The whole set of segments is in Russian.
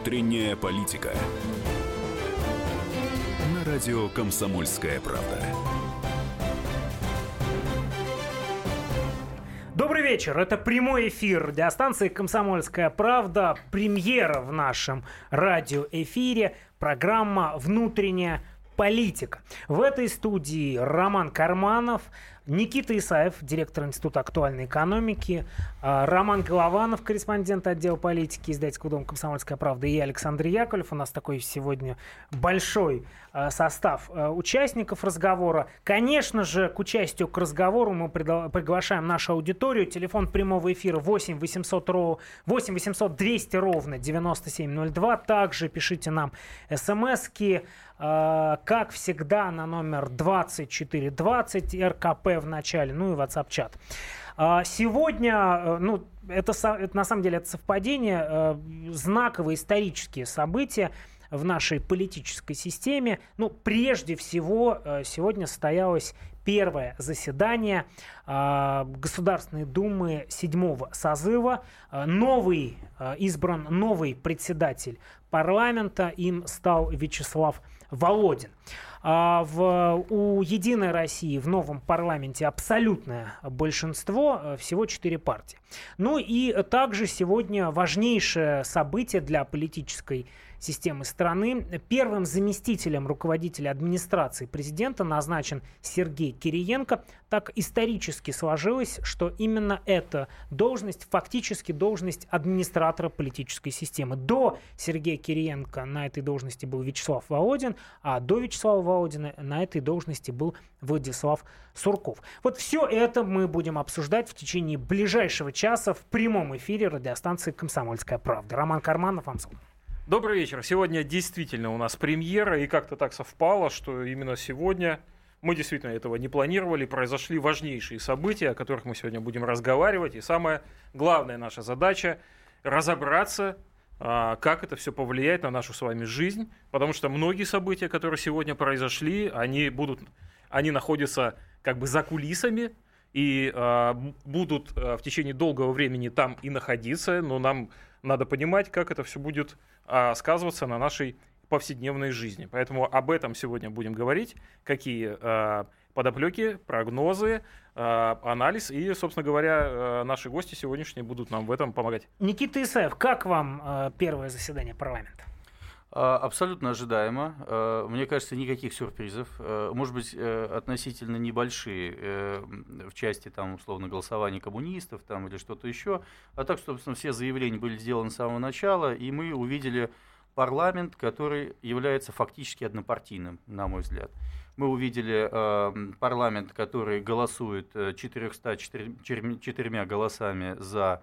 Внутренняя политика. На радио «Комсомольская правда». Добрый вечер. Это прямой эфир радиостанции «Комсомольская правда». Премьера в нашем радиоэфире. Программа «Внутренняя политика». В этой студии Роман Карманов, Никита Исаев, директор Института актуальной экономики, Роман Голованов, корреспондент отдела политики издательского дома «Комсомольская правда», и Александр Яковлев. У нас такой сегодня большой состав участников разговора. Конечно же, к участию к разговору мы приглашаем нашу аудиторию. Телефон прямого эфира 8 800 200 ровно 9702. Также пишите нам смски, как всегда, на номер 2420, РКП в начале, ну и WhatsApp-чат. Сегодня, это на самом деле это совпадение, знаковые исторические события в нашей политической системе. Прежде всего, сегодня состоялось первое заседание Государственной Думы 7-го созыва. Избран новый председатель парламента, им стал Вячеслав Володин. У «Единой России» в новом парламенте абсолютное большинство, всего 4 партии. И также сегодня важнейшее событие для политической системы страны. Первым заместителем руководителя администрации президента назначен Сергей Кириенко. Так исторически сложилось, что именно эта должность, фактически должность администратора политической системы. До Сергея Кириенко на этой должности был Вячеслав Володин, а до Вячеслава Володина на этой должности был Владислав Сурков. Вот все это мы будем обсуждать в течение ближайшего часа в прямом эфире радиостанции «Комсомольская правда». Роман Карманов, вам слово. Добрый вечер. Сегодня действительно у нас премьера, и как-то так совпало, что именно сегодня, мы действительно этого не планировали, произошли важнейшие события, о которых мы сегодня будем разговаривать. И самая главная наша задача – разобраться, как это все повлияет на нашу с вами жизнь, потому что многие события, которые сегодня произошли, они находятся как бы за кулисами, и будут в течение долгого времени там и находиться, но нам надо понимать, как это все будет сказываться на нашей повседневной жизни. Поэтому об этом сегодня будем говорить, какие подоплеки, прогнозы, анализ, и, собственно говоря, наши гости сегодняшние будут нам в этом помогать. Никита Исаев, как вам первое заседание парламента? Абсолютно ожидаемо. Мне кажется, никаких сюрпризов. Может быть, относительно небольшие в части, условно, голосования коммунистов или что-то еще. А так, собственно, все заявления были сделаны с самого начала, и мы увидели парламент, который является фактически однопартийным, на мой взгляд. Мы увидели парламент, который голосует 404 голосами за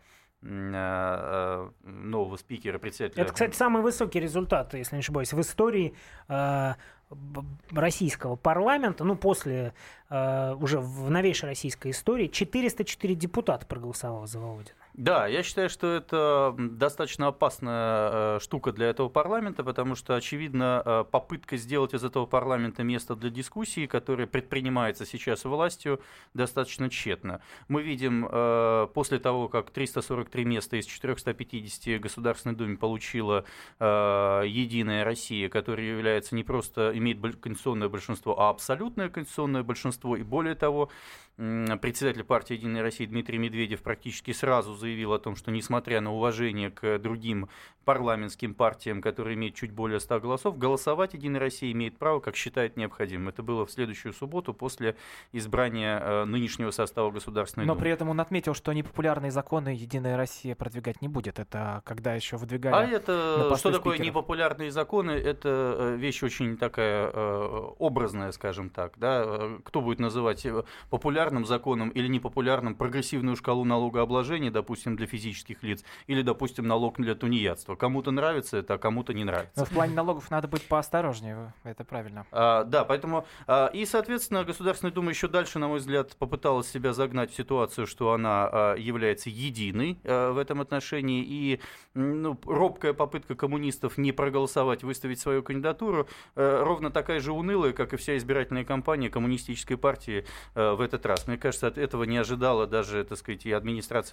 нового спикера, председателя. Это, кстати, самый высокий результат, если не ошибаюсь, в истории российского парламента, после уже в новейшей российской истории 404 депутата проголосовало за Володина. Да, я считаю, что это достаточно опасная штука для этого парламента, потому что, очевидно, попытка сделать из этого парламента место для дискуссии, которая предпринимается сейчас властью, достаточно тщетна. Мы видим, после того, как 343 места из 450 в Государственной Думе получила «Единая Россия», которая является не просто имеет конституционное большинство, а абсолютное конституционное большинство, и более того, председатель партии «Единая Россия» Дмитрий Медведев практически сразу заявил о том, что несмотря на уважение к другим парламентским партиям, которые имеют чуть более 100 голосов, голосовать «Единая Россия» имеет право, как считает необходимым. Это было в следующую субботу после избрания нынешнего состава Государственной Думы. Но при этом он отметил, что непопулярные законы «Единая Россия» продвигать не будет. Это когда еще выдвигали на посты что такое спикеров? Непопулярные законы? Это вещь очень такая образная, скажем так. Да? Кто будет называть популярным законом или непопулярным прогрессивную шкалу налогообложения, допустим, для физических лиц, или, допустим, налог для тунеядства? Кому-то нравится это, а кому-то не нравится. Но в плане налогов надо быть поосторожнее, это правильно. Да, поэтому... И, соответственно, Государственная Дума еще дальше, на мой взгляд, попыталась себя загнать в ситуацию, что она является единой в этом отношении, и робкая попытка коммунистов не проголосовать, выставить свою кандидатуру, ровно такая же унылая, как и вся избирательная кампания коммунистической партии в этот раз. Мне кажется, от этого не ожидала даже, так сказать, и администрация президента,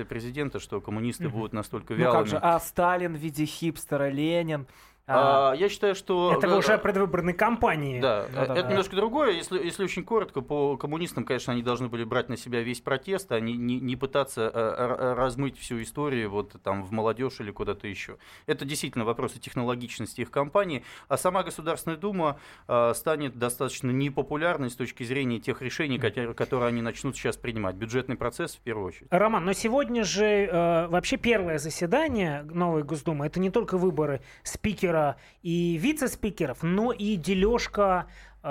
президента, что коммунисты будут настолько Ну вялыми. как же, а Сталин в виде хипстера, Ленин... Я считаю, что... Это уже предвыборной кампании. Да, Ну, это да. немножко другое. Если очень коротко, по коммунистам, конечно, они должны были брать на себя весь протест, а не пытаться размыть всю историю вот там в молодежь или куда-то еще. Это действительно вопросы технологичности их кампании. А сама Государственная Дума станет достаточно непопулярной с точки зрения тех решений, которые они начнут сейчас принимать. Бюджетный процесс в первую очередь. Роман, но сегодня же вообще первое заседание новой Госдумы, это не только выборы спикера и вице-спикеров, но и дележка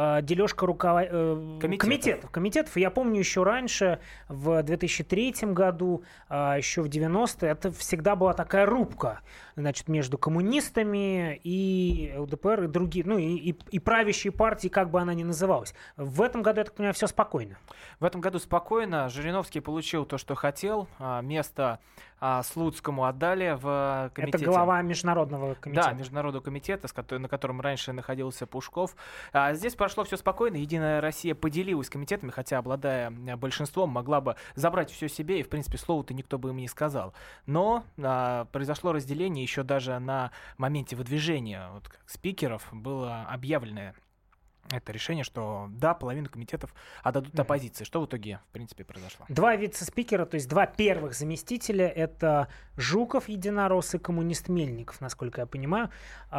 комитетов. Я помню еще раньше, в 2003 году, еще в 90-е, это всегда была такая рубка, значит, между коммунистами и ЛДПР, и другие, ну и правящей партии, как бы она ни называлась. В этом году, я так понимаю, все спокойно. В этом году спокойно. Жириновский получил то, что хотел. Место Слуцкому отдали в комитете. Это глава Международного комитета. Да, Международного комитета, на котором раньше находился Пушков. Здесь прошло все спокойно. Единая Россия поделилась комитетами, хотя, обладая большинством, могла бы забрать все себе, и, в принципе, слова-то никто бы им не сказал. Но произошло разделение еще даже на моменте выдвижения спикеров. Было объявлено это решение, что да, половину комитетов отдадут оппозиции. Что в итоге, в принципе, произошло? Два вице-спикера, то есть два первых заместителя, это Жуков, единорос, и коммунист Мельников, насколько я понимаю.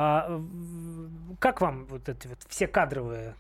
Как вам вот эти вот все кадровые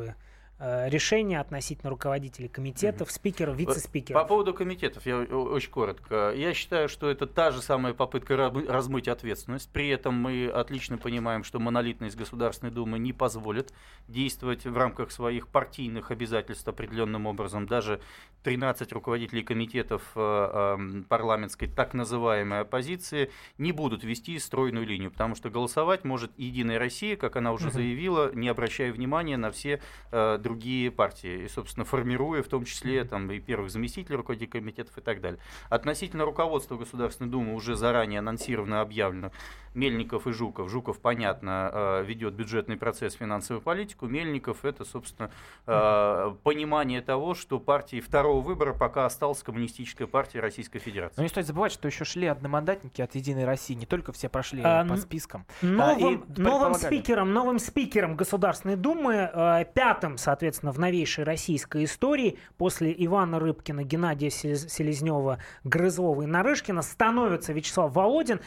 решения относительно руководителей комитетов, спикеров, вице-спикеров? По поводу комитетов, я очень коротко. Я считаю, что это та же самая попытка размыть ответственность. При этом мы отлично понимаем, что монолитность Государственной Думы не позволит действовать в рамках своих партийных обязательств определенным образом. Даже 13 руководителей комитетов парламентской так называемой оппозиции не будут вести стройную линию, потому что голосовать может Единая Россия, как она уже заявила, не обращая внимания на все другие партии, и, собственно, формируя в том числе там, и первых заместителей руководителей комитетов и так далее. Относительно руководства Государственной Думы уже заранее анонсировано, объявлено Мельников и Жуков. Жуков, понятно, ведет бюджетный процесс, финансовую политику. Мельников — это, собственно, понимание того, что партией второго выбора пока осталась Коммунистическая партия Российской Федерации. Но не стоит забывать, что еще шли одномандатники от Единой России, не только все прошли по спискам. Новым спикером Государственной Думы, пятым, соответственно, в новейшей российской истории, после Ивана Рыбкина, Геннадия Селезнева, Грызлова и Нарышкина, становится Вячеслав Володин.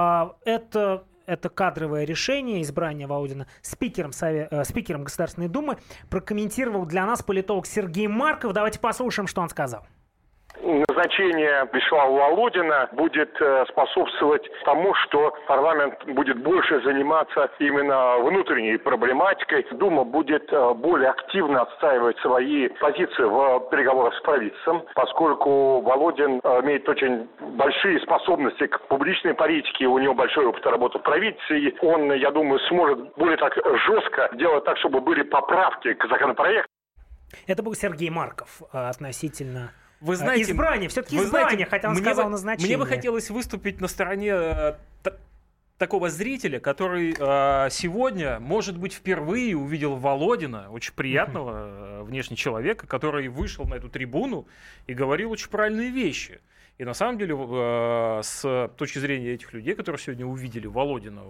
Это кадровое решение, избрание Володина спикером Государственной Думы, прокомментировал для нас политолог Сергей Марков. Давайте послушаем, что он сказал. Назначение Вячеслава Володина будет способствовать тому, что парламент будет больше заниматься именно внутренней проблематикой. Дума будет более активно отстаивать свои позиции в переговорах с правительством, поскольку Володин имеет очень большие способности к публичной политике, у него большой опыт работы в правительстве. Он, я думаю, сможет более так жестко делать так, чтобы были поправки к законопроекту. Это был Сергей Марков относительно... Вы знаете, избрание, все-таки избрание, хотя он сказал назначение. Мне бы хотелось выступить на стороне такого зрителя, который сегодня, может быть, впервые увидел Володина, очень приятного внешне человека, который вышел на эту трибуну и говорил очень правильные вещи. И на самом деле, с точки зрения этих людей, которые сегодня увидели Володина,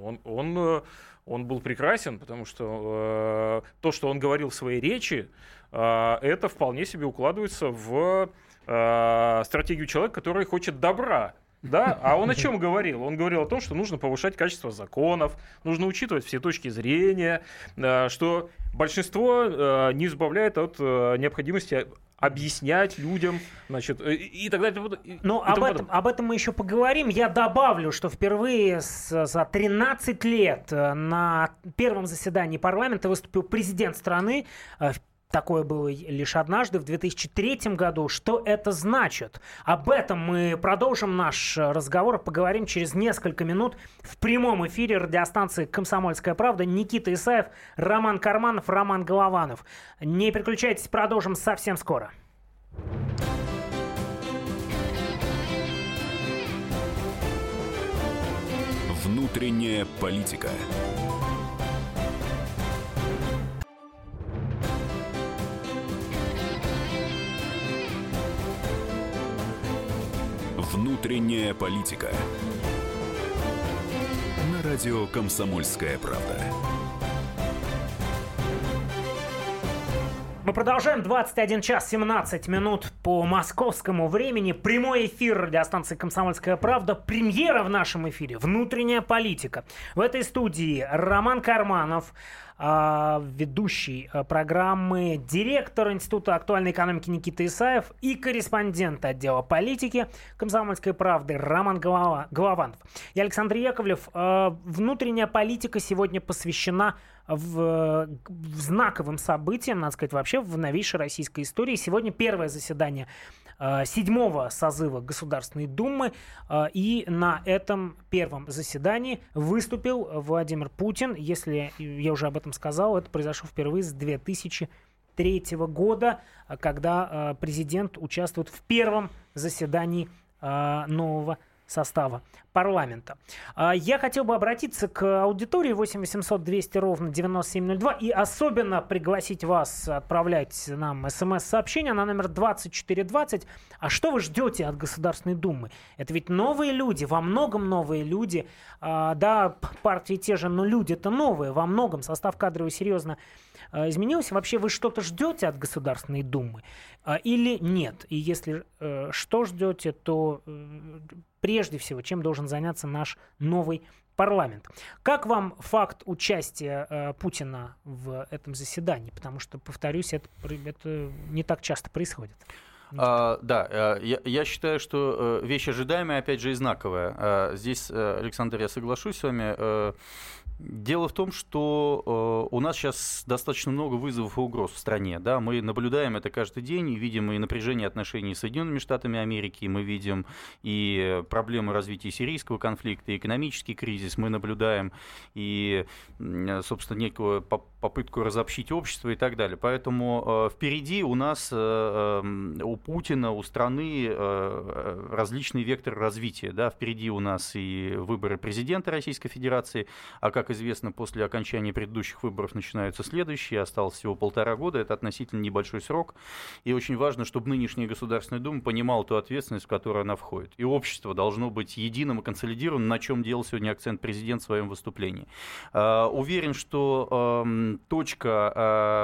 он был прекрасен, потому что то, что он говорил в своей речи, это вполне себе укладывается в стратегию человека, который хочет добра. Да? А он о чем говорил? Он говорил о том, что нужно повышать качество законов, нужно учитывать все точки зрения, что большинство не избавляет от необходимости объяснять людям, значит, и так далее. Ну, об этом мы еще поговорим. Я добавлю, что впервые за 13 лет на первом заседании парламента выступил президент страны. Такое было лишь однажды, в 2003 году. Что это значит? Об этом мы продолжим наш разговор, поговорим через несколько минут в прямом эфире радиостанции «Комсомольская правда». Никита Исаев, Роман Карманов, Роман Голованов. Не переключайтесь, продолжим совсем скоро. Внутренняя политика. Внутренняя политика. На радио «Комсомольская правда». Мы продолжаем. 21 час 17 минут по московскому времени. Прямой эфир радиостанции «Комсомольская правда». Премьера в нашем эфире. Внутренняя политика. В этой студии Роман Карманов, ведущий программы, директор Института актуальной экономики Никита Исаев и корреспондент отдела политики «Комсомольской правды» Роман Голованов. Я Александр Яковлев. Внутренняя политика сегодня посвящена знаковым событиям, надо сказать, вообще в новейшей российской истории. Сегодня первое заседание 7-го созыва Государственной Думы, и на этом первом заседании выступил Владимир Путин. Если я уже об этом сказал, это произошло впервые с 2003 года, когда президент участвует в первом заседании нового состава парламента. Я хотел бы обратиться к аудитории 8 800 200 ровно 9702 и особенно пригласить вас отправлять нам смс-сообщения на номер 2420. А что вы ждете от Государственной Думы? Это ведь новые люди, во многом новые люди. Да, партии те же, но люди-то новые, во многом состав кадровый серьезно изменился. Вообще вы что-то ждете от Государственной Думы или нет? И если что ждете, то прежде всего, чем должен заняться наш новый парламент? Как вам факт участия Путина в этом заседании? Потому что, повторюсь, это не так часто происходит. Я считаю, что вещь ожидаемая, опять же, и знаковая. Здесь, Александр, я соглашусь с вами. Дело в том, что у нас сейчас достаточно много вызовов и угроз в стране. Да? Мы наблюдаем это каждый день, и видим и напряжение отношений с Соединенными Штатами Америки, мы видим и проблемы развития сирийского конфликта, и экономический кризис, мы наблюдаем и, собственно, некую попытку разобщить общество и так далее. Поэтому впереди у нас, у Путина, у страны различные векторы развития. Да? Впереди у нас и выборы президента Российской Федерации, а как известно, после окончания предыдущих выборов начинаются следующие, осталось всего 1,5 года, это относительно небольшой срок, и очень важно, чтобы нынешняя Государственная Дума понимала ту ответственность, в которую она входит. И общество должно быть единым и консолидированным, на чем делал сегодня акцент президент в своем выступлении. Уверен, что точка,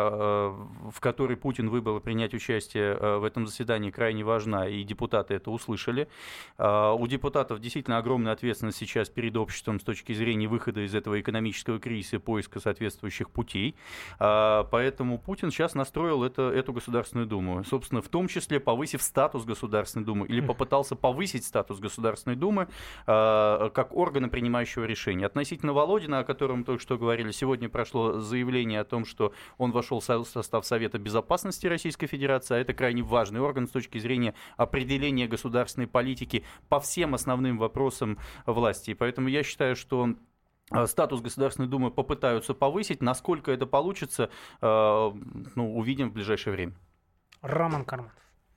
в которой Путин выбрал принять участие в этом заседании, крайне важна, и депутаты это услышали. У депутатов действительно огромная ответственность сейчас перед обществом с точки зрения выхода из этого экономического кризиса и поиска соответствующих путей. Поэтому Путин сейчас настроил эту Государственную Думу. Собственно, в том числе повысив статус Государственной Думы или попытался повысить статус Государственной Думы как органа, принимающего решения. Относительно Володина, о котором мы только что говорили, сегодня прошло заявление о том, что он вошел в состав Совета Безопасности Российской Федерации, а это крайне важный орган с точки зрения определения государственной политики по всем основным вопросам власти. И поэтому я считаю, что статус Государственной Думы попытаются повысить. Насколько это получится, увидим в ближайшее время. Роман Карманов.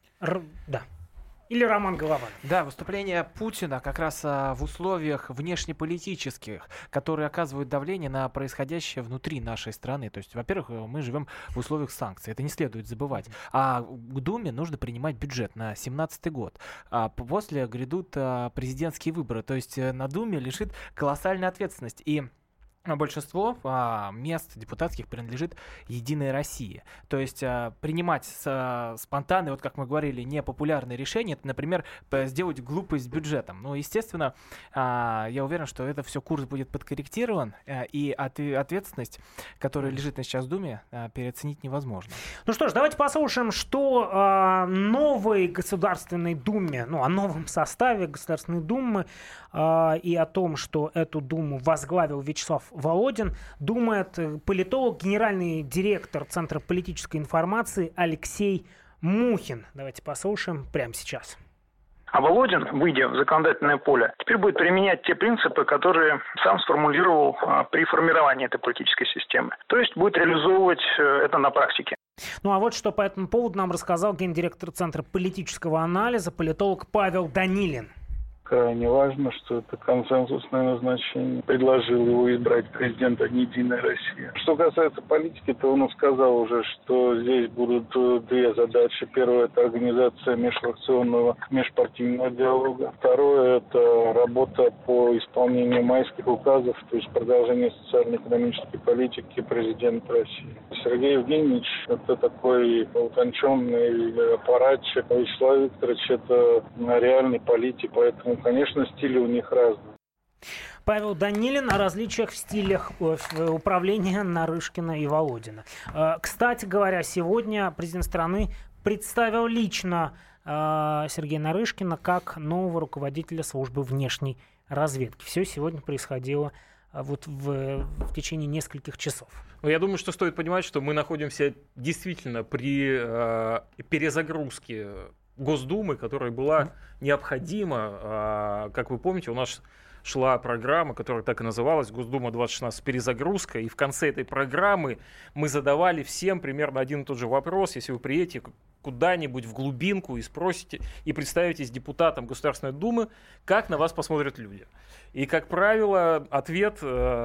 Да. Или Роман Голованов. Да, выступление Путина как раз в условиях внешнеполитических, которые оказывают давление на происходящее внутри нашей страны. То есть, во-первых, мы живем в условиях санкций, это не следует забывать. А к Думе нужно принимать бюджет на 2017 год. А после грядут президентские выборы. То есть на Думе лежит колоссальная ответственность. И большинство мест депутатских принадлежит «Единой России». То есть принимать спонтанные, вот как мы говорили, непопулярные решения, это, например, сделать глупость с бюджетом. Ну, естественно, я уверен, что это все курс будет подкорректирован, и ответственность, которая лежит сейчас в Думе, переоценить невозможно. Ну что ж, давайте послушаем, что новой Государственной Думе, о новом составе Государственной Думы и о том, что эту Думу возглавил Вячеслав Володин, думает политолог, генеральный директор Центра политической информации Алексей Мухин. Давайте послушаем прямо сейчас. А Володин, выйдя в законодательное поле, теперь будет применять те принципы, которые сам сформулировал при формировании этой политической системы. То есть будет реализовывать это на практике. Ну а вот что по этому поводу нам рассказал гендиректор Центра политического анализа, политолог Павел Данилин. крайне важно, что это консенсусное назначение. Предложил его избрать президент, а не «Единая Россия». Что касается политики, то он сказал уже, что здесь будут две задачи. Первая – это организация межфракционного, межпартийного диалога. Второе – это работа по исполнению майских указов, то есть продолжение социально-экономической политики президента России. Сергей Евгеньевич – это такой утонченный аппаратчик. Вячеслав Викторович – это реальный политик, поэтому, конечно, стили у них разные. Павел Данилин о различиях в стилях управления Нарышкина и Володина. Кстати говоря, сегодня президент страны представил лично Сергея Нарышкина как нового руководителя службы внешней разведки. Все сегодня происходило вот в течение нескольких часов. Я думаю, что стоит понимать, что мы находимся действительно при перезагрузке Госдумы, которая была необходима. Как вы помните, у нас шла программа, которая так и называлась «Госдума-2016. Перезагрузка». И в конце этой программы мы задавали всем примерно один и тот же вопрос. Если вы приедете куда-нибудь в глубинку и спросите, и представитесь депутатом Государственной Думы, как на вас посмотрят люди. И, как правило, ответ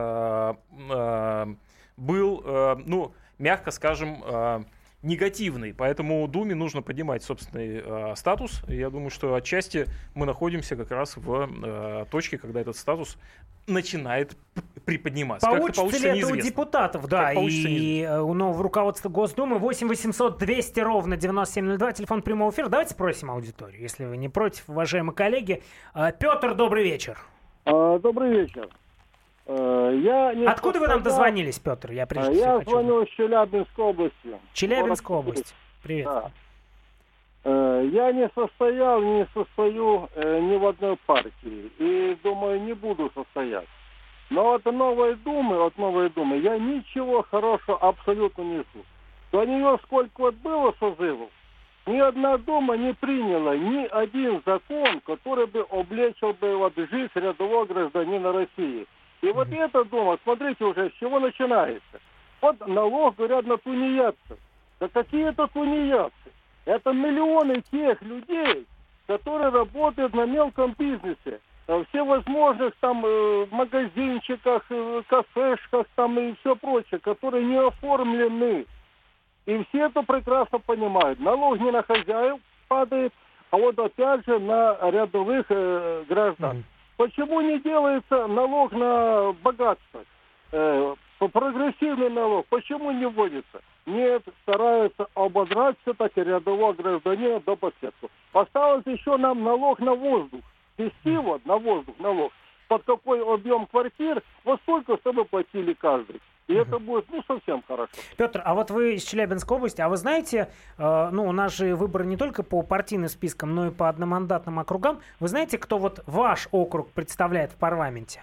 был, мягко скажем, негативный. Поэтому Думе нужно поднимать собственный статус. И я думаю, что отчасти мы находимся как раз в точке, когда этот статус начинает приподниматься. Получится ли это у депутатов? Да, и у нового руководства Госдумы 8 800 200 ровно 9702, телефон прямого эфира. Давайте спросим аудиторию, если вы не против, уважаемые коллеги. Петр, добрый вечер. Добрый вечер. Откуда вы нам дозвонились, Петр? Я звоню из Челябинской области. Челябинская область. Привет. Да. Я не состоял, не состою ни в одной партии. И, думаю, не буду состоять. Но от Новой Думы я ничего хорошего абсолютно не жду. До нее сколько вот было созывов, ни одна Дума не приняла ни один закон, который бы облегчил бы вот жизнь рядового гражданина России. И вот эта Дума, смотрите уже, с чего начинается. Вот налог, говорят, на тунеядцев. Да какие это тунеядцы? Это миллионы тех людей, которые работают на мелком бизнесе. В всевозможных там магазинчиках, кафешках там и все прочее, которые не оформлены. И все это прекрасно понимают. Налог не на хозяев падает, а вот опять же на рядовых граждан. Почему не делается налог на богатство? Прогрессивный налог. Почему не вводится? Нет, стараются ободрать все-таки рядового гражданина до последствий. Осталось еще нам налог на воздух. Вести вот на воздух налог. Под какой объем квартир, вот столько, чтобы платили каждый. И это будет, совсем хорошо. Петр, а вот вы из Челябинской области, а вы знаете, у нас же выборы не только по партийным спискам, но и по одномандатным округам. Вы знаете, кто вот ваш округ представляет в парламенте?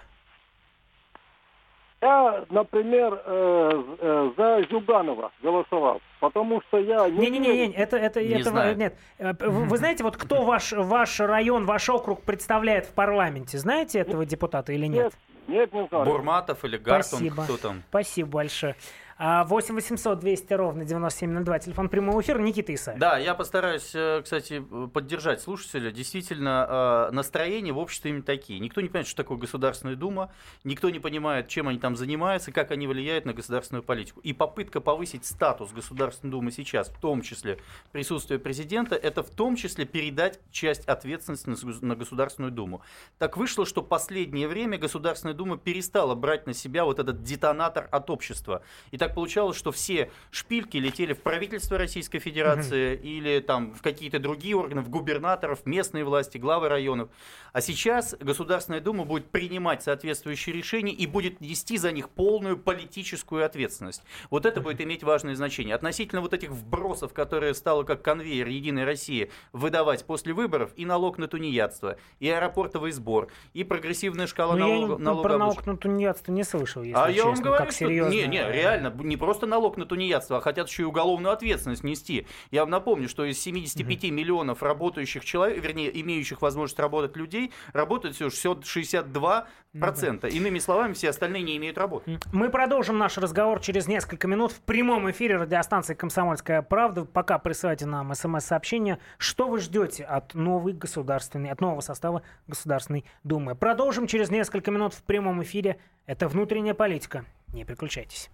Я, например, за Зюганова голосовал, потому что я... Нет. Вы знаете, вот кто ваш район, ваш округ представляет в парламенте? Знаете этого депутата или нет? Нет, не знаю. Бурматов или Гартун, кто там? Спасибо большое. 8 800 200 ровно 9702, телефон прямого эфира. Никита Исаев. Да, я постараюсь, кстати, поддержать слушателя. Действительно, настроения в обществе именно такие. Никто не понимает, что такое Государственная Дума, никто не понимает, чем они там занимаются, как они влияют на государственную политику. И попытка повысить статус Государственной Думы сейчас, в том числе присутствие президента, это в том числе передать часть ответственности на Государственную Думу. Так вышло, что в последнее время Государственная Дума перестала брать на себя вот этот детонатор от общества. И так получалось, что все шпильки летели в правительство Российской Федерации или там в какие-то другие органы, в губернаторов, местные власти, главы районов. А сейчас Государственная Дума будет принимать соответствующие решения и будет нести за них полную политическую ответственность. Вот это будет иметь важное значение. Относительно вот этих вбросов, которые стало как конвейер «Единой России» выдавать после выборов, и налог на тунеядство, и аэропортовый сбор, и прогрессивная шкала налога. Про налог на тунеядство не слышал, если честно. Я вам говорю, как серьезно. Не, реально хотят не просто налог на тунеядство, а хотят еще и уголовную ответственность нести. Я вам напомню, что из 75 миллионов работающих человек, вернее, имеющих возможность работать людей, работает всего 62%. Иными словами, все остальные не имеют работы. Мы продолжим наш разговор через несколько минут в прямом эфире радиостанции «Комсомольская правда». Пока присылайте нам смс-сообщение, что вы ждете от нового состава Государственной Думы. Продолжим через несколько минут в прямом эфире. Это «Внутренняя политика». Не переключайтесь.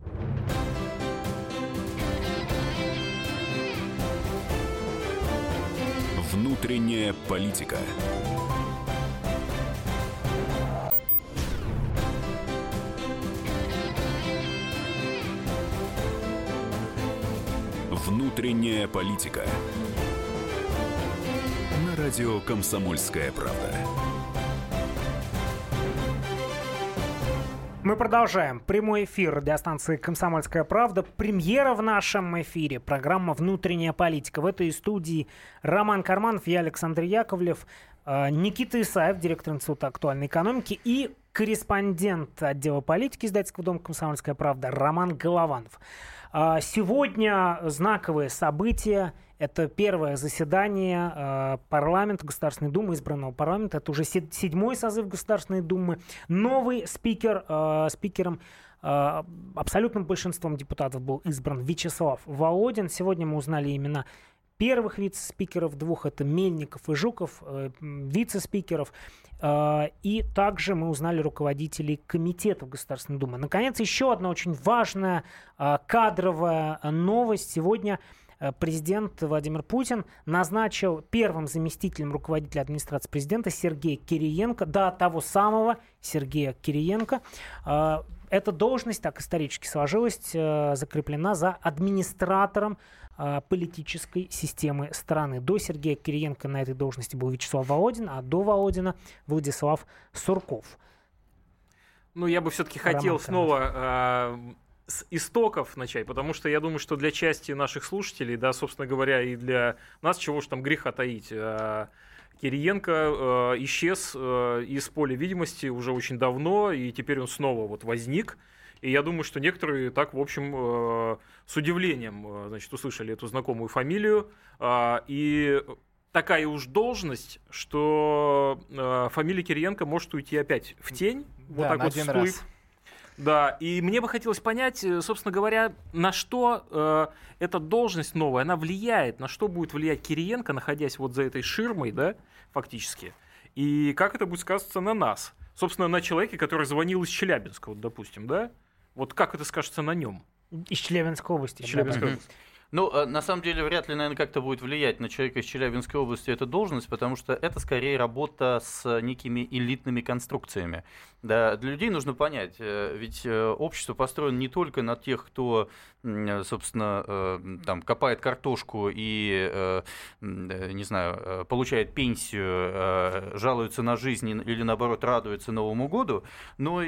Внутренняя политика. Внутренняя политика. На радио «Комсомольская правда». Мы продолжаем. Прямой эфир радиостанции «Комсомольская правда». Премьера в нашем эфире. Программа «Внутренняя политика». В этой студии Роман Карманов, я Александр Яковлев, Никита Исаев, директор Института актуальной экономики, и корреспондент отдела политики издательского дома «Комсомольская правда» Роман Голованов. Сегодня знаковое событие. Это первое заседание парламента, Государственной Думы, избранного парламента. Это уже 7-й созыв Государственной Думы. Новый спикером абсолютным большинством депутатов был избран Вячеслав Володин. Сегодня мы узнали имена первых вице-спикеров, двух, это Мельников и Жуков, вице-спикеров. И также мы узнали руководителей комитетов Государственной Думы. Наконец, еще одна очень важная кадровая новость. Сегодня президент Владимир Путин назначил первым заместителем руководителя администрации президента Сергея Кириенко, того самого Сергея Кириенко. Эта должность, так исторически сложилась, закреплена за администратором политической системы страны. До Сергея Кириенко на этой должности был Вячеслав Володин, а до Володина Владислав Сурков. Ну, я бы все-таки хотел снова с истоков начать, потому что я думаю, что для части наших слушателей, да, собственно говоря, и для нас, чего уж там греха таить, Кириенко исчез из поля видимости уже очень давно, и теперь он снова вот возник. И я думаю, что некоторые так, в общем, с удивлением, значит, услышали эту знакомую фамилию. И такая уж должность, что фамилия Кириенко может уйти опять в тень, вот так вот всплыв. Да, и мне бы хотелось понять, собственно говоря, на что эта должность новая, она влияет, на что будет влиять Кириенко, находясь вот за этой ширмой, да, фактически, и как это будет сказываться на нас. Собственно, на человеке, который звонил из Челябинска, вот, допустим, да? Вот как это скажется на нем? Из Челябинской области. Ну, на самом деле, вряд ли, наверное, как-то будет влиять на человека из Челябинской области эта должность, потому что это скорее работа с некими элитными конструкциями. Да, для людей нужно понять, ведь общество построено не только на тех, кто, собственно, там, копает картошку и, не знаю, получает пенсию, жалуется на жизнь или, наоборот, радуется Новому году, но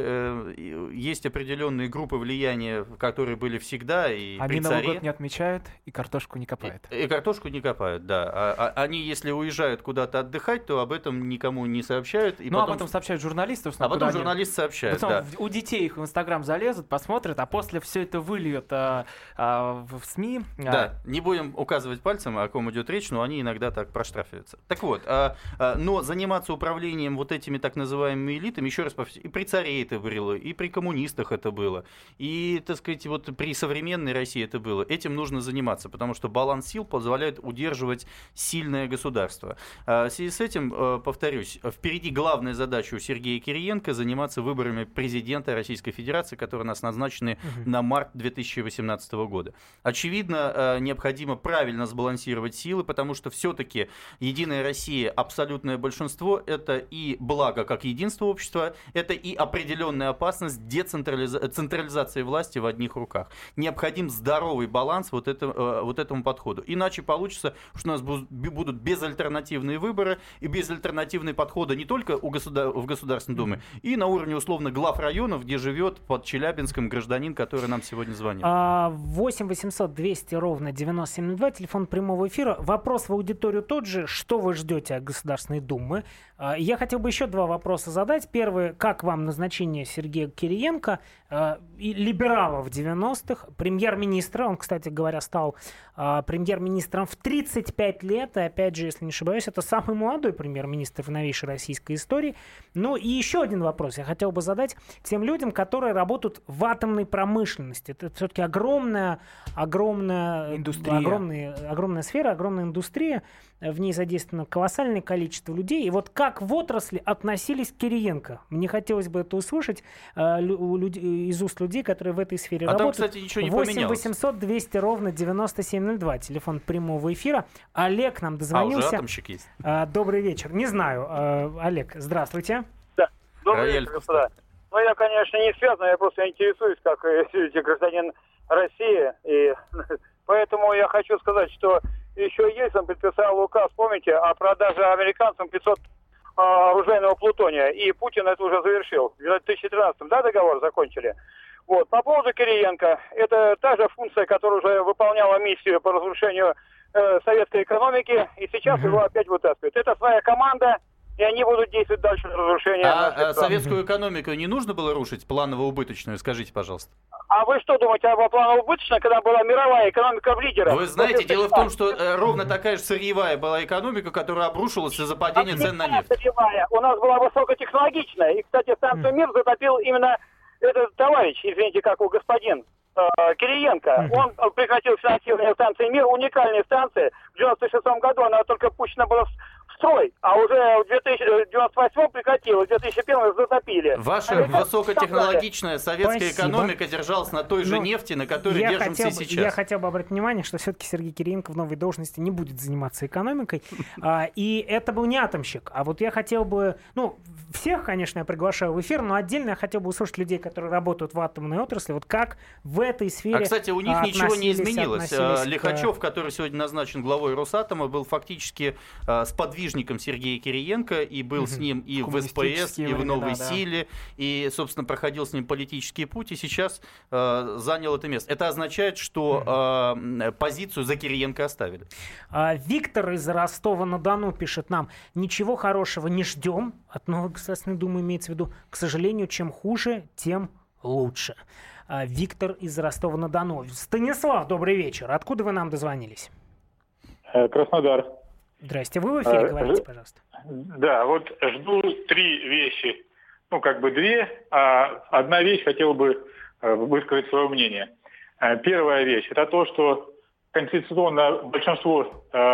и есть определенные группы влияния, которые были всегда. И они Новый год не отмечают и картошку не копают. И картошку не копают, да. Они, если уезжают куда-то отдыхать, то об этом никому не сообщают. И об этом сообщают журналисты. А потом журналисты сообщают, да. У детей их в Инстаграм залезут, посмотрят, а после все это выльют в СМИ. Да, не будем указывать пальцем, о ком идет речь, но они иногда так проштрафиваются. Так вот, но заниматься управлением вот этими так называемыми элитами, еще раз повторюсь, и при царе это было, и при коммунистах это было, и, так сказать, вот при современной России это было. Этим нужно заниматься, потому что баланс сил позволяет удерживать сильное государство. В связи с этим, повторюсь, впереди главная задача у Сергея Кириенко заниматься выборами президента Российской Федерации, которые у нас назначены на март 2018 года. Очевидно, необходимо правильно сбалансировать силы, потому что все-таки Единая Россия, абсолютное большинство, это и благо как единство общества, это и определенная опасность централизации власти в одних руках. Необходим здоровый баланс шанс вот этому подходу. Иначе получится, что у нас будут безальтернативные выборы и безальтернативные подходы не только в Государственной Думе, и на уровне условно глав районов, где живет под Челябинском гражданин, который нам сегодня звонит. 8 800 200 ровно 9702, телефон прямого эфира. Вопрос в аудиторию тот же. Что вы ждете от Государственной Думы? Я хотел бы еще два вопроса задать. Первый. Как вам назначение Сергея Кириенко, либерала в 90-х, премьер-министра? Он, кстати говоря, стал премьер-министром в 35 лет. И опять же, если не ошибаюсь, это самый молодой премьер-министр в новейшей российской истории. Ну и еще один вопрос я хотел бы задать тем людям, которые работают в атомной промышленности. Это все-таки огромная сфера, огромная индустрия. В ней задействовано колоссальное количество людей. И вот как в отрасли относились к Кириенко? Мне хотелось бы это услышать из уст людей, которые в этой сфере работают. Там, кстати, ничего не 8 поменялось. 800 200 ровно 9702. Телефон прямого эфира. Олег нам дозвонился. Уже атомщик есть. Добрый вечер. Не знаю. Олег, здравствуйте. Да. Добрый вечер, господа. Ну, я, конечно, не связан, я просто интересуюсь, как гражданин России. И поэтому я хочу сказать, что еще Ельцин подписал указ, помните, о продаже американцам 500 оружейного плутония. И Путин это уже завершил. В 2013-м, договор закончили. Вот. По поводу Кириенко, это та же функция, которая уже выполняла миссию по разрушению советской экономики, и сейчас его опять вытаскивают. Это своя команда, и они будут действовать дальше на разрушение. А советскую экономику не нужно было рушить, планово-убыточную? Скажите, пожалуйста. А вы что думаете об планово-убыточной, когда была мировая экономика в лидерах? Вы знаете, дело в том, что ровно такая же сырьевая была экономика, которая обрушилась из-за падения цен на нефть. Сырьевая. У нас была высокотехнологичная. И, кстати, станцию «Мир» затопил именно этот товарищ, извините, как у господин Кириенко. Он прекратил финансирование станции «Мир», уникальная станция. В 1996 году она только пущена была в строй, а уже в 2098 прекратила, в 2001 затопили. Ваша высокотехнологичная советская экономика держалась на той же нефти, на которой держимся сейчас. Я хотел бы обратить внимание, что все-таки Сергей Кириенко в новой должности не будет заниматься экономикой. И это был не атомщик. А вот я хотел бы... всех, конечно, я приглашаю в эфир, но отдельно я хотел бы услышать людей, которые работают в атомной отрасли. Вот как в этой сфере... кстати, у них ничего не изменилось. Лихачев, который сегодня назначен главой Росатома, был фактически сподвижником Сергея Кириенко и был с ним и в СПС, и в «Новой силе», и, собственно, проходил с ним политический путь, и сейчас занял это место. Это означает, что позицию за Кириенко оставили. Виктор из Ростова-на-Дону пишет нам: ничего хорошего не ждем от новой Государственной Думы, имеется в виду, к сожалению, чем хуже, тем лучше. Виктор из Ростова-на-Дону. Станислав, добрый вечер. Откуда вы нам дозвонились? Краснодар. Здрасте, вы в эфире, говорите, пожалуйста. Да, вот жду три вещи. Две, а одна вещь хотел бы высказать свое мнение. Первая вещь – это то, что конституционное большинство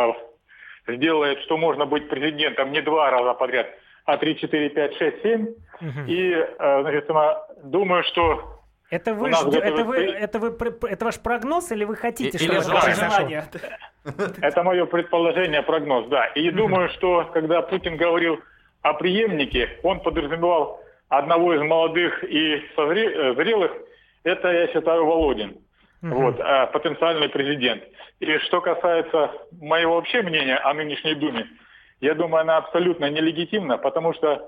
сделает, что можно быть президентом не 2 раза подряд, а 3, 4, 5, 6, 7. И, думаю, что... Это ваш прогноз или вы хотите, чтобы это произошло? Это мое предположение, прогноз, да. И думаю, что когда Путин говорил о преемнике, он подразумевал одного из молодых и зрелых. Это, я считаю, Володин, потенциальный президент. И что касается моего вообще мнения о нынешней Думе, я думаю, она абсолютно нелегитимна, потому что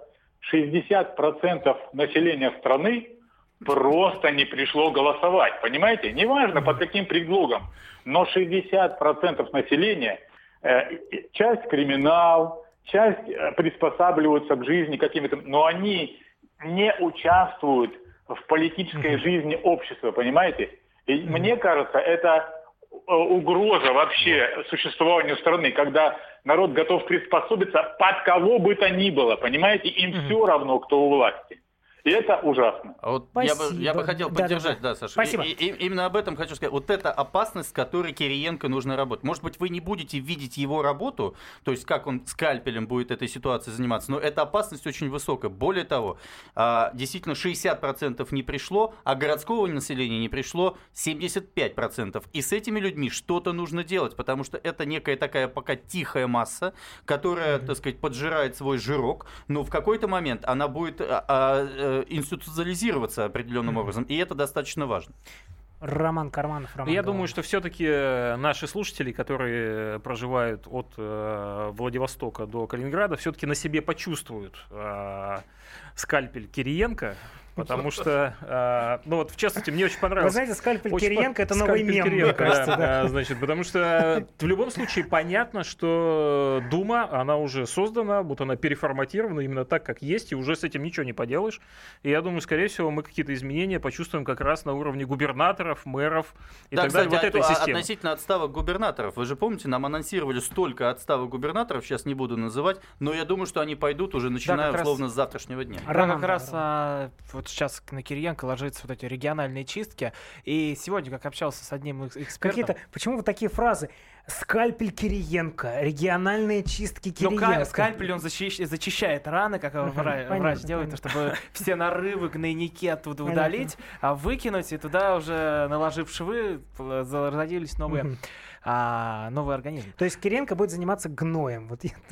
60% населения страны просто не пришло голосовать, понимаете? Неважно, под каким предлогом, но 60% населения, часть криминал, часть приспосабливаются к жизни какими-то, но они не участвуют в политической жизни общества, понимаете? И мне кажется, это угроза вообще существованию страны, когда народ готов приспособиться под кого бы то ни было, понимаете? Им все равно, кто у власти. И это ужасно. Я бы хотел поддержать, Саша. Спасибо. Именно об этом хочу сказать. Вот это опасность, с которой Кириенко нужно работать. Может быть, вы не будете видеть его работу, то есть как он скальпелем будет этой ситуацией заниматься, но эта опасность очень высокая. Более того, действительно 60% не пришло, а городского населения не пришло 75%. И с этими людьми что-то нужно делать, потому что это некая такая пока тихая масса, которая, так сказать, поджирает свой жирок, но в какой-то момент она будет институциализироваться определенным образом, и это достаточно важно. Роман Карманов, Роман Я Голованов. думаю, что все-таки наши слушатели, которые проживают от Владивостока до Калининграда, все-таки на себе почувствуют скальпель Кириенко. Потому что, ну вот в частности, мне очень понравилось. Вы знаете, скальпель Кириенко — это новый мем, мне кажется. Да, значит, потому что в любом случае понятно, что Дума, она уже создана, вот она переформатирована именно так, как есть, и уже с этим ничего не поделаешь. И я думаю, скорее всего, мы какие-то изменения почувствуем как раз на уровне губернаторов, мэров и так далее. Вот этой системы. Относительно отставок губернаторов. Вы же помните, нам анонсировали столько отставок губернаторов, сейчас не буду называть, но я думаю, что они пойдут уже начиная условно с завтрашнего дня. Как раз вот сейчас на Кириенко ложатся вот эти региональные чистки. И сегодня, как общался с одним экспертом... Почему вот такие фразы? Скальпель Кириенко, региональные чистки Кириенко. Ну, скальпель, он зачищает раны, как врач делает, чтобы все нарывы, гнойники оттуда удалить, а выкинуть, и туда уже, наложив швы, зародились новые организмы. То есть Кириенко будет заниматься гноем.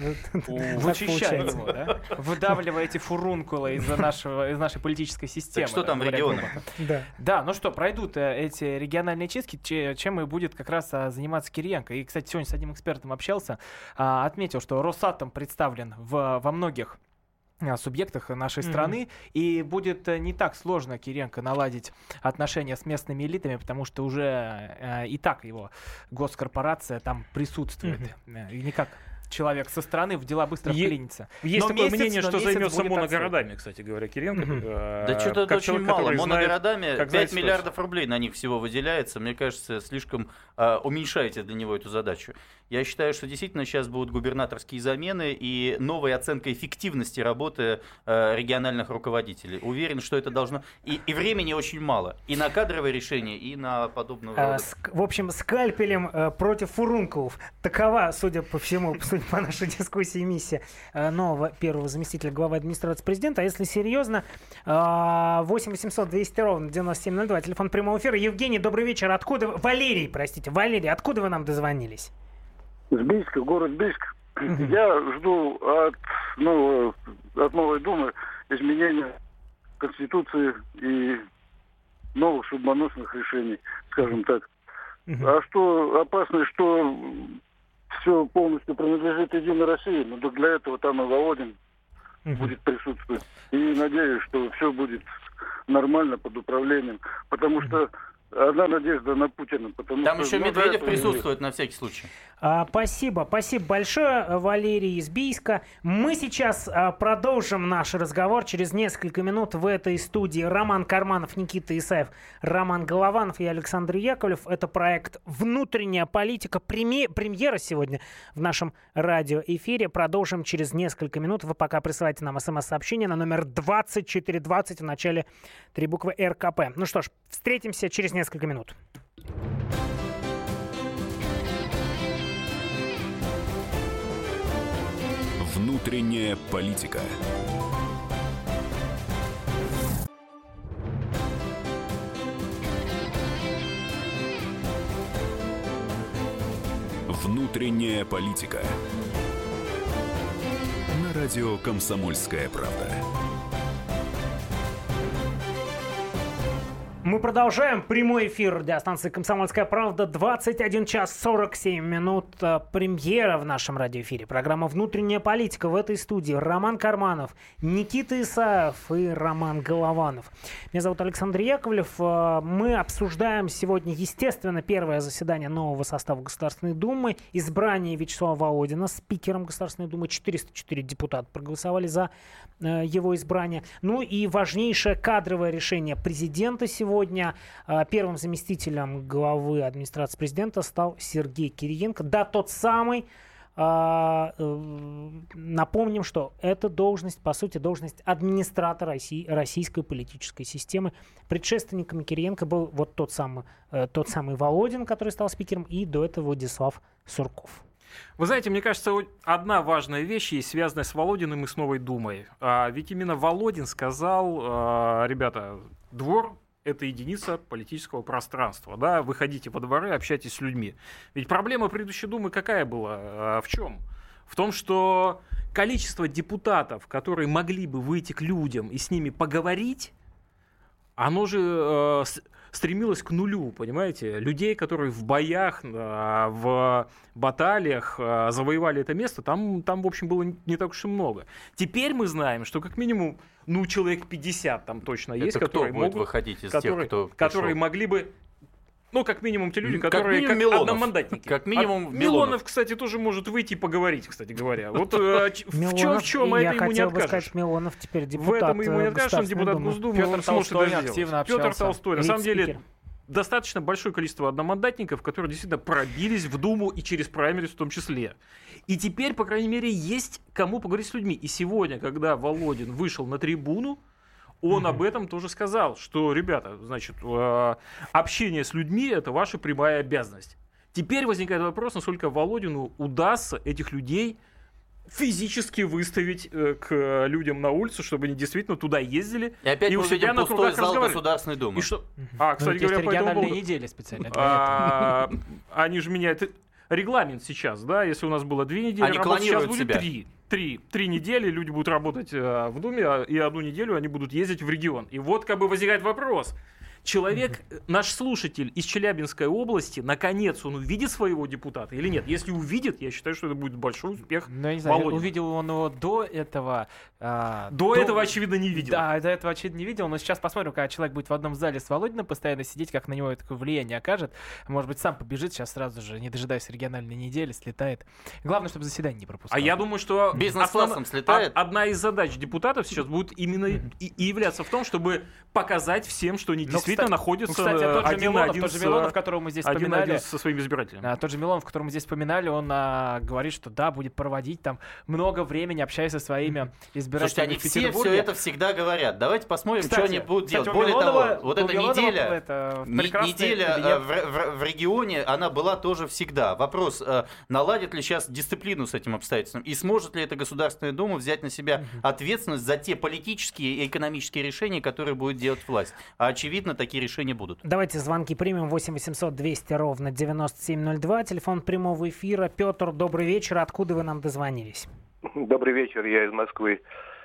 Вычищать его, да? Выдавливая эти фурункулы из нашей политической системы. Так что там в регионах? Да, ну что, пройдут эти региональные чистки, чем и будет как раз заниматься Кириенко. И, кстати, сегодня с одним экспертом общался, отметил, что Росатом представлен во многих субъектах нашей страны, и будет не так сложно Кириенко наладить отношения с местными элитами, потому что уже и так его госкорпорация там присутствует. И никак человек со стороны в дела быстро вклинится. Есть такое мнение, что займется моногородами, кстати говоря, Кириенко. Да что-то это очень мало. Моногородами 5 миллиардов рублей на них всего выделяется. Мне кажется, слишком уменьшаете для него эту задачу. Я считаю, что действительно сейчас будут губернаторские замены и новая оценка эффективности работы региональных руководителей. Уверен, что это должно... И времени очень мало. И на кадровые решения, и на подобного рода. В общем, скальпелем против фурункулов. Такова, судя по всему, по нашей дискуссии, миссия нового первого заместителя главы администрации президента. А если серьезно, 8 800 200 ровно 9702, телефон прямого эфира. Евгений, добрый вечер. Валерий, откуда вы нам дозвонились? С Бийска, город Бийск. Я жду от новой Думы изменения Конституции и новых судьбоносных решений, скажем так. А что опасно, что все полностью принадлежит Единой России, но для этого там и Володин будет присутствовать. И надеюсь, что все будет нормально под управлением, потому что одна надежда на Путина. Там еще Медведев присутствует на всякий случай. Спасибо большое, Валерий из Бийска. Мы сейчас продолжим наш разговор. Через несколько минут в этой студии Роман Карманов, Никита Исаев, Роман Голованов и Александр Яковлев. Это проект «Внутренняя политика». Премьера сегодня в нашем радиоэфире. Продолжим через несколько минут. Вы пока присылайте нам смс-сообщение на номер 2420 в начале 3 буквы РКП. Ну что ж, встретимся через несколько минут. Внутренняя политика. Внутренняя политика. На радио «Комсомольская правда». Мы продолжаем прямой эфир радиостанции «Комсомольская правда». 21 час 47 минут. Премьера в нашем радиоэфире. Программа «Внутренняя политика». В этой студии Роман Карманов, Никита Исаев и Роман Голованов. Меня зовут Александр Яковлев. Мы обсуждаем сегодня, естественно, первое заседание нового состава Государственной Думы. Избрание Вячеслава Володина спикером Государственной Думы. 404 депутата проголосовали за его избрание. Ну и важнейшее кадровое решение президента сегодня. Первым заместителем главы администрации президента стал Сергей Кириенко. Да, тот самый. Напомним, что это должность, по сути, должность администратора российской политической системы. Предшественником Кириенко был вот тот самый Володин, который стал спикером, и до этого Владислав Сурков. Вы знаете, мне кажется, одна важная вещь есть, связанная с Володиным и с Новой Думой. Ведь именно Володин сказал: ребята, двор — это единица политического пространства. Да? Выходите во дворы, общайтесь с людьми. Ведь проблема предыдущей Думы какая была? В чем? В том, что количество депутатов, которые могли бы выйти к людям и с ними поговорить, оно же стремилось к нулю, понимаете? Людей, которые в боях, в баталиях завоевали это место, там, в общем, было не так уж и много. Теперь мы знаем, что как минимум, человек 50 там точно есть, это которые кто будет могут... выходить из тех, кто которые могли бы... как минимум те люди, как которые как Милонов. Одномандатники. Как минимум Милонов, кстати, тоже может выйти и поговорить, кстати говоря. Вот в чем это ему не откажешь? Сказать, Милонов теперь депутат. В этом ему не откажешь, он депутат Госдумы. Петр Толстой активно общался. Петр Толстой. На самом деле, достаточно большое количество одномандатников, которые действительно пробились в Думу и через праймерис в том числе. И теперь, по крайней мере, есть кому поговорить с людьми. И сегодня, когда Володин вышел на трибуну, он об этом тоже сказал, что, ребята, значит, общение с людьми – это ваша прямая обязанность. Теперь возникает вопрос, насколько Володину удастся этих людей физически выставить к людям на улицу, чтобы они действительно туда ездили. И опять мы увидим пустой зал Государственной Думы. Кстати говоря, по этому поводу... недели специально. Они же меняют регламент сейчас, да? Если у нас было 2 недели, они сейчас будет себя. 3 недели люди будут работать в Думе, и 1 неделю они будут ездить в регион. И вот как бы возникает вопрос. Человек, наш слушатель из Челябинской области, наконец он увидит своего депутата или нет? Если увидит, я считаю, что это будет большой успех. Ну, я не знаю, увидел он его до этого. До этого, очевидно, не видел. Да, до этого, очевидно, не видел. Но сейчас посмотрим, когда человек будет в одном зале с Володиным постоянно сидеть, как на него это такое влияние окажет. Может быть, сам побежит сейчас сразу же, не дожидаясь региональной недели, слетает. Главное, чтобы заседание не пропускал. А я думаю, что бизнес-классом слетает. Одна из задач депутатов сейчас будет именно и являться в том, чтобы показать всем, что они действительно находятся тот же Милонов, которого мы здесь вспоминали, со своими избирателями. Тот же Милонов, которого мы здесь вспоминали, он говорит, что да, будет проводить там много времени, общаясь со своими избирателями. Слушайте, они все это всегда говорят. Давайте посмотрим, кстати, что они будут делать. Более того, вот эта неделя в регионе, она была тоже всегда. Вопрос, наладит ли сейчас дисциплину с этим обстоятельством, и сможет ли эта Государственная Дума взять на себя ответственность за те политические и экономические решения, которые будет делать власть. А очевидно, такие решения будут. Давайте звонки примем. 8 800 200 ровно 9702. Телефон прямого эфира. Петр, добрый вечер. Откуда вы нам дозвонились? Добрый вечер, я из Москвы.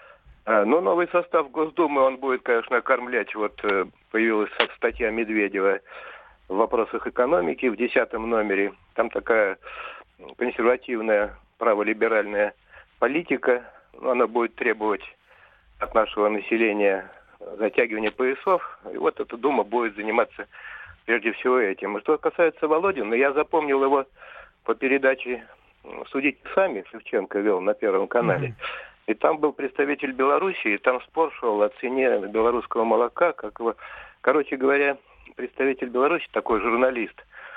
Новый состав Госдумы, он будет, конечно, окормлять. Вот появилась статья Медведева в вопросах экономики в 10-м номере. Там такая консервативная, праволиберальная политика. Она будет требовать от нашего населения затягивания поясов. И вот эта Дума будет заниматься прежде всего этим. И что касается Володина, я запомнил его по передаче «Судите сами», Шевченко вел на Первом канале. И там был представитель Белоруссии, и там спор шел о цене белорусского молока. Короче говоря, представитель Беларуси, такой журналист,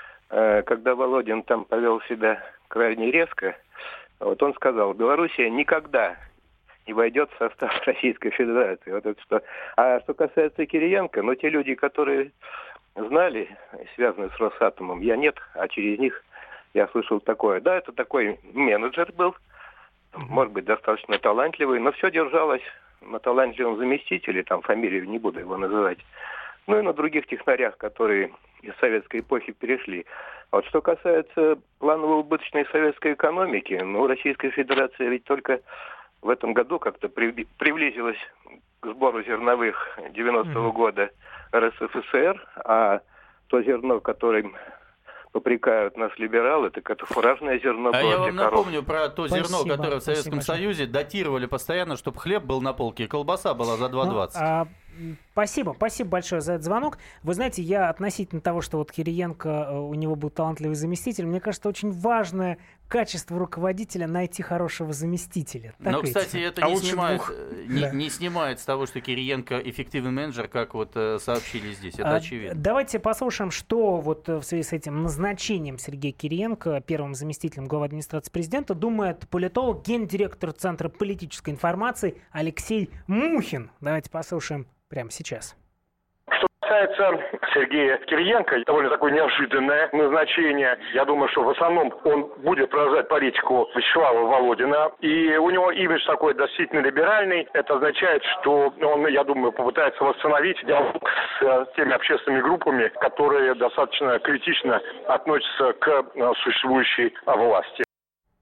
когда Володин там повел себя крайне резко, вот он сказал, Белоруссия никогда не войдет в состав Российской Федерации. Вот это что. А что касается Кириенко, те люди, которые знали, связаны с Росатомом, я нет, а через них я слышал такое. Да, это такой менеджер был, может быть, достаточно талантливый, но все держалось на талантливом заместителе, там фамилию не буду его называть, и на других технарях, которые из советской эпохи перешли. Вот что касается планово-убыточной советской экономики, Российская Федерация ведь только в этом году как-то приблизилась к сбору зерновых 90-го года РСФСР, а то зерно, которым попрекают нас либералы, так это фуражное зерно. А я вам напомню про то зерно, которое в Советском Союзе датировали постоянно, чтобы хлеб был на полке, и колбаса была за 2,20. Спасибо большое за этот звонок. Вы знаете, я относительно того, что вот Кириенко, у него был талантливый заместитель, мне кажется, очень важное качество руководителя найти хорошего заместителя. Но, кстати, это не снимает с того, что Кириенко эффективный менеджер, как вот сообщили здесь. Это очевидно. Давайте послушаем, что вот в связи с этим назначением Сергея Кириенко первым заместителем главы администрации президента думает политолог, гендиректор Центра политической информации Алексей Мухин. Давайте послушаем прямо сейчас. Что касается Сергея Кириенко, довольно такое неожиданное назначение. Я думаю, что в основном он будет продолжать политику Вячеслава Володина. И у него имидж такой достаточно либеральный. Это означает, что он, я думаю, попытается восстановить диалог с теми общественными группами, которые достаточно критично относятся к существующей власти.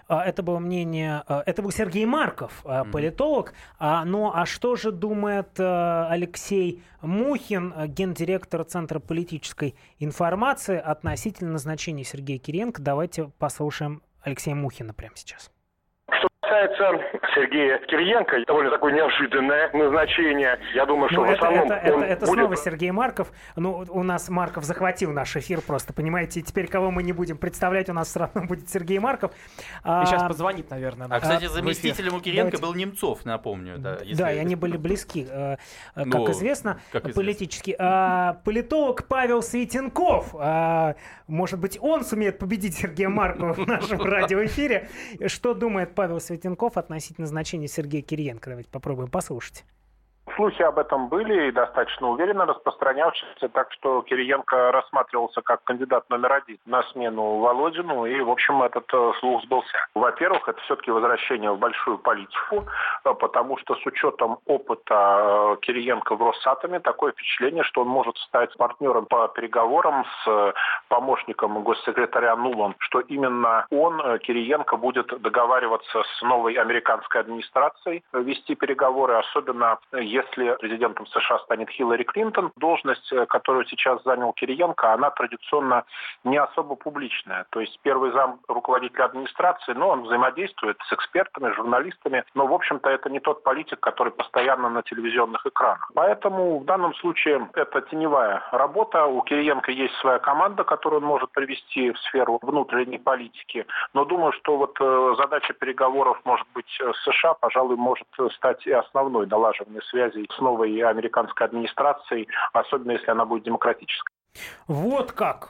Это было мнение, это был Сергей Марков, политолог. Ну а что же думает Алексей Мухин, гендиректор Центра политической информации, относительно назначения Сергея Кириенко? Давайте послушаем Алексея Мухина прямо сейчас. Касается Сергея Кириенко, довольно такое неожиданное назначение. Я думаю, что в основном это снова Сергей Марков. Ну, у нас Марков захватил наш эфир просто, понимаете. И теперь, кого мы не будем представлять, у нас все равно будет Сергей Марков. И сейчас позвонит, наверное. Кстати, заместителем у Кириенко был Немцов, напомню. Да, и они были близки, как известно, политически. Политолог Павел Светенков. Может быть, он сумеет победить Сергея Маркова в нашем радиоэфире. Что думает Павел Светенков относительно значения Сергея Кириенко? Давайте попробуем послушать. Слухи об этом были и достаточно уверенно распространявшиеся, так что Кириенко рассматривался как кандидат номер 1 на смену Володину, и, в общем, этот слух сбылся. Во-первых, это все-таки возвращение в большую политику, потому что с учетом опыта Кириенко в Росатоме такое впечатление, что он может стать партнером по переговорам с помощником госсекретаря Нуланд, что именно он, Кириенко, будет договариваться с новой американской администрацией, вести переговоры, особенно если президентом США станет Хиллари Клинтон. Должность, которую сейчас занял Кириенко, она традиционно не особо публичная. То есть первый зам руководителя администрации, он взаимодействует с экспертами, журналистами, но, в общем-то, это не тот политик, который постоянно на телевизионных экранах. Поэтому в данном случае это теневая работа. У Кириенко есть своя команда, которую он может привести в сферу внутренней политики. Но думаю, что вот задача переговоров, может быть, с США, пожалуй, может стать и основной налаживание связи с новой американской администрацией, особенно если она будет демократической. Вот как.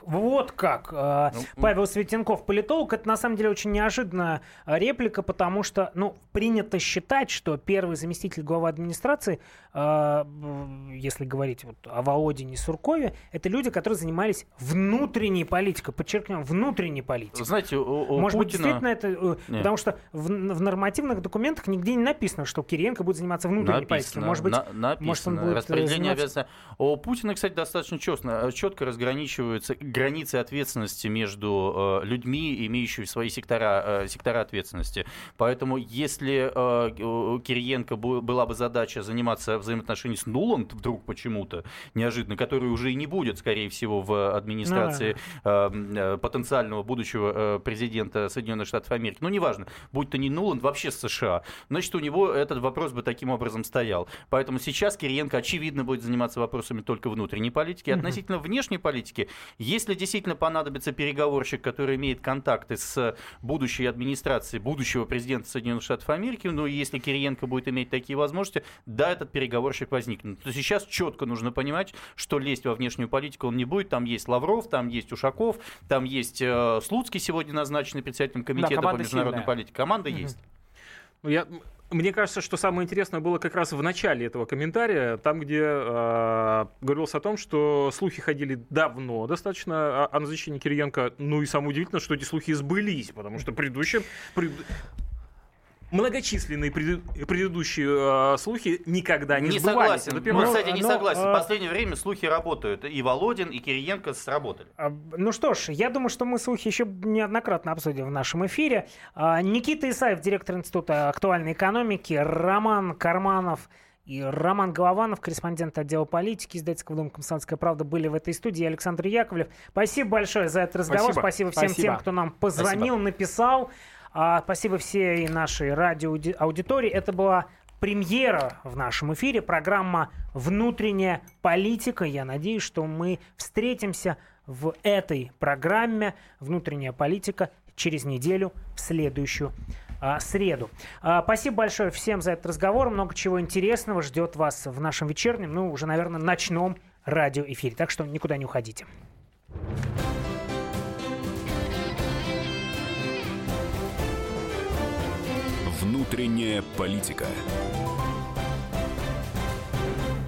Павел Светенков, политолог, это на самом деле очень неожиданная реплика, потому что, принято считать, что первый заместитель главы администрации, если говорить о Володине и Суркове, это люди, которые занимались внутренней политикой, подчеркнем, внутренней политикой. Знаете, может быть, действительно это... Потому что в нормативных документах нигде не написано, что Кириенко будет заниматься внутренней политикой. Может быть, написано. Он будет распределение обязанностей. У Путина, кстати, достаточно четко разграничиваются границы ответственности между людьми, имеющими свои сектора ответственности. Поэтому, если у Кириенко была бы задача заниматься взаимоотношениями с Нуланд вдруг почему-то, неожиданно, который уже и не будет, скорее всего, в администрации потенциального будущего президента Соединенных Штатов Америки, неважно, будь то не Нуланд, вообще с США, значит, у него этот вопрос бы таким образом стоял. Поэтому сейчас Кириенко, очевидно, будет заниматься вопросами только внутренней политики. Относительно внешней политики, если действительно понадобится переговорщик, который имеет контакты с будущей администрацией будущего президента Соединенных Штатов Америки, если Кириенко будет иметь такие возможности, да, этот переговорщик возникнет. То сейчас четко нужно понимать, что лезть во внешнюю политику он не будет. Там есть Лавров, там есть Ушаков, там есть Слуцкий, сегодня назначенный председателем комитета по международной политике. Команда есть. Мне кажется, что самое интересное было как раз в начале этого комментария, там, где говорилось о том, что слухи ходили давно достаточно о назначении Кириенко. И самое удивительное, что эти слухи сбылись, потому что многочисленные предыдущие слухи никогда не сбывались. Кстати, не согласен. В последнее время слухи работают. И Володин, и Кириенко сработали. Что ж, я думаю, что мы слухи еще неоднократно обсудим в нашем эфире. Никита Исаев, директор Института актуальной экономики, Роман Карманов и Роман Голованов, корреспондент отдела политики издательского дома «Комсомольская правда», были в этой студии. Александр Яковлев. Спасибо большое за этот разговор. Спасибо всем тем, кто нам позвонил, написал. Спасибо всей нашей радиоаудитории. Это была премьера в нашем эфире, программа «Внутренняя политика». Я надеюсь, что мы встретимся в этой программе «Внутренняя политика» через неделю в следующую среду. Спасибо большое всем за этот разговор. Много чего интересного ждет вас в нашем вечернем, уже, наверное, ночном радиоэфире. Так что никуда не уходите. Внутренняя политика.